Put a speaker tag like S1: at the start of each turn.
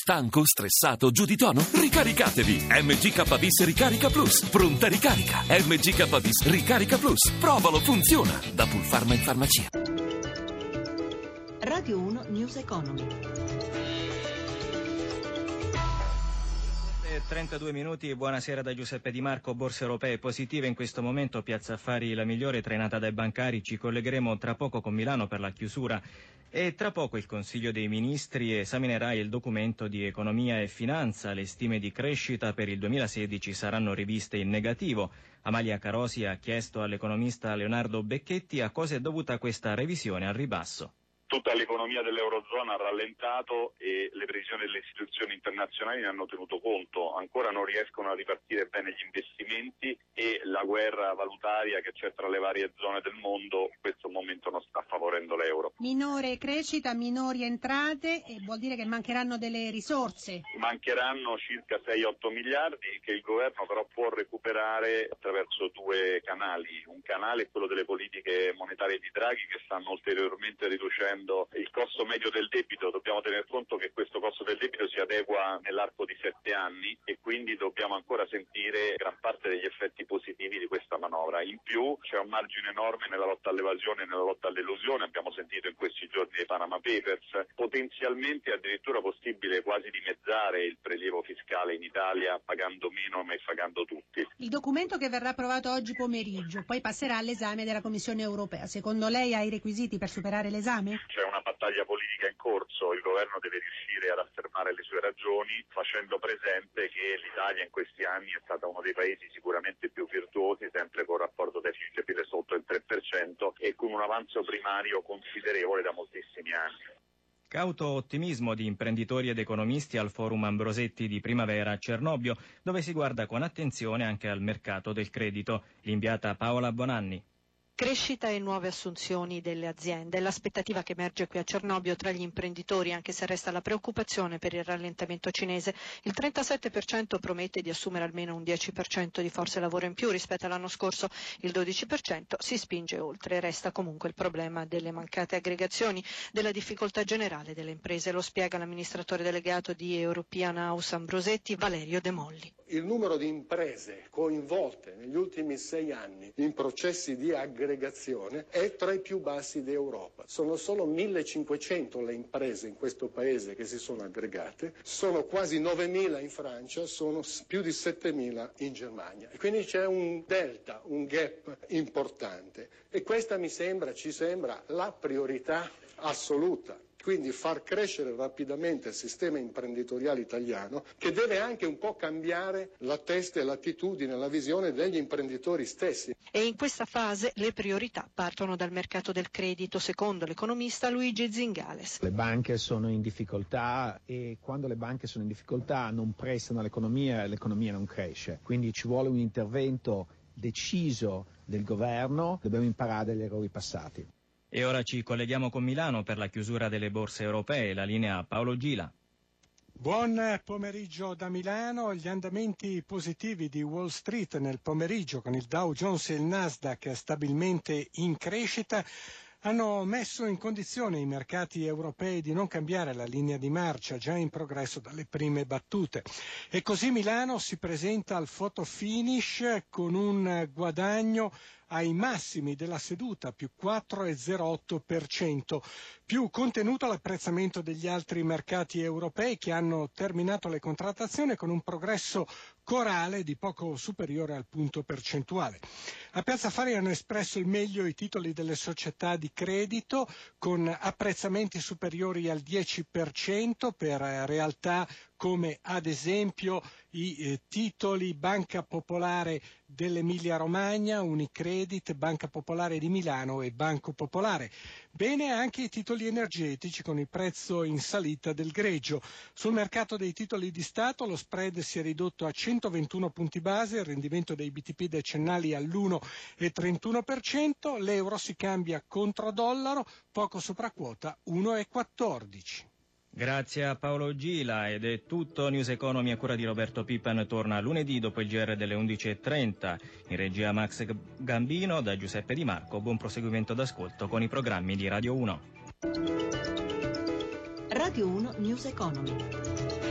S1: Stanco, stressato, giù di tono? Ricaricatevi! MGKBIS Ricarica Plus. Pronta ricarica. MGKBIS Ricarica Plus. Provalo, funziona. Da Pulpharma in farmacia.
S2: Radio 1 News Economy.
S3: 32 minuti, buonasera da Giuseppe Di Marco. Borse europee positive in questo momento, Piazza Affari la migliore trainata dai bancari. Ci collegheremo tra poco con Milano per la chiusura e tra poco il Consiglio dei Ministri esaminerà il documento di economia e finanza. Le stime di crescita per il 2016 saranno riviste in negativo. Amalia Carosi ha chiesto all'economista Leonardo Becchetti a cosa è dovuta questa revisione al ribasso.
S4: Tutta l'economia dell'Eurozona ha rallentato e le previsioni delle istituzioni internazionali ne hanno tenuto conto. Ancora non riescono a ripartire bene gli investimenti e la guerra valutaria che c'è tra le varie zone del mondo in questo momento non sta favorendo l'euro.
S5: Minore crescita, minori entrate, vuol dire che mancheranno delle risorse.
S4: Mancheranno circa 6-8 miliardi che il governo però può recuperare attraverso due canali. Un canale è quello delle politiche monetarie di Draghi che stanno ulteriormente riducendo il costo medio del debito. Dobbiamo tener conto che questo costo del debito si adegua nell'arco di 7 anni e quindi dobbiamo ancora sentire gran parte degli effetti positivi di questa manovra. In più c'è un margine enorme nella lotta all'evasione e nella lotta all'elusione, abbiamo sentito in questi giorni dei Panama Papers, potenzialmente addirittura possibile quasi dimezzare il prelievo fiscale in Italia pagando meno ma pagando tutti.
S5: Il documento che verrà approvato oggi pomeriggio poi passerà all'esame della Commissione europea. Secondo lei ha i requisiti per superare l'esame?
S4: C'è una battaglia politica in corso, il governo deve riuscire ad affermare le sue ragioni facendo presente che l'Italia in questi anni è stata uno dei paesi sicuramente più virtuosi, sempre con rapporto deficit-PIL sotto il 3% e con un avanzo primario considerevole da moltissimi anni.
S3: Cauto ottimismo di imprenditori ed economisti al Forum Ambrosetti di primavera a Cernobbio, dove si guarda con attenzione anche al mercato del credito. L'inviata Paola Bonanni.
S6: Crescita e nuove assunzioni delle aziende. L'aspettativa che emerge qui a Cernobbio tra gli imprenditori, anche se resta la preoccupazione per il rallentamento cinese. Il 37% promette di assumere almeno un 10% di forze lavoro in più rispetto all'anno scorso, il 12% si spinge oltre. Resta comunque il problema delle mancate aggregazioni, della difficoltà generale delle imprese. Lo spiega l'amministratore delegato di European House Ambrosetti, Valerio De Molli.
S7: Il numero di imprese coinvolte negli ultimi 6 anni in processi di aggregazione è tra i più bassi d'Europa. Sono solo 1500 le imprese in questo paese che si sono aggregate, sono quasi 9000 in Francia, sono più di 7000 in Germania. E quindi c'è un delta, un gap importante e questa ci sembra la priorità assoluta. Quindi far crescere rapidamente il sistema imprenditoriale italiano, che deve anche un po' cambiare la testa e l'attitudine, la visione degli imprenditori stessi.
S6: E in questa fase le priorità partono dal mercato del credito, secondo l'economista Luigi Zingales.
S8: Le banche sono in difficoltà e quando le banche sono in difficoltà non prestano all'economia e l'economia non cresce. Quindi ci vuole un intervento deciso del governo, dobbiamo imparare dagli errori passati.
S3: E ora ci colleghiamo con Milano per la chiusura delle borse europee. La linea a Paolo Gila.
S9: Buon pomeriggio da Milano. Gli andamenti positivi di Wall Street nel pomeriggio con il Dow Jones e il Nasdaq stabilmente in crescita hanno messo in condizione i mercati europei di non cambiare la linea di marcia già in progresso dalle prime battute. E così Milano si presenta al photo finish con un guadagno ai massimi della seduta, più 4,08%, più contenuto l'apprezzamento degli altri mercati europei che hanno terminato le contrattazioni con un progresso corale di poco superiore al punto percentuale. A Piazza Affari hanno espresso il meglio i titoli delle società di credito con apprezzamenti superiori al 10% per realtà come ad esempio i titoli Banca Popolare dell'Emilia Romagna, Unicredit, Banca Popolare di Milano e Banco Popolare. Bene anche i titoli energetici con il prezzo in salita del greggio. Sul mercato dei titoli di Stato lo spread si è ridotto a 121 punti base, il rendimento dei BTP decennali all'1,31%, l'euro si cambia contro dollaro poco sopra quota 1,14.
S3: Grazie a Paolo Gila ed è tutto. News Economy a cura di Roberto Pippan torna lunedì dopo il GR delle 11.30. In regia Max Gambino, da Giuseppe Di Marco. Buon proseguimento d'ascolto con i programmi di Radio 1.
S2: Radio 1 News Economy.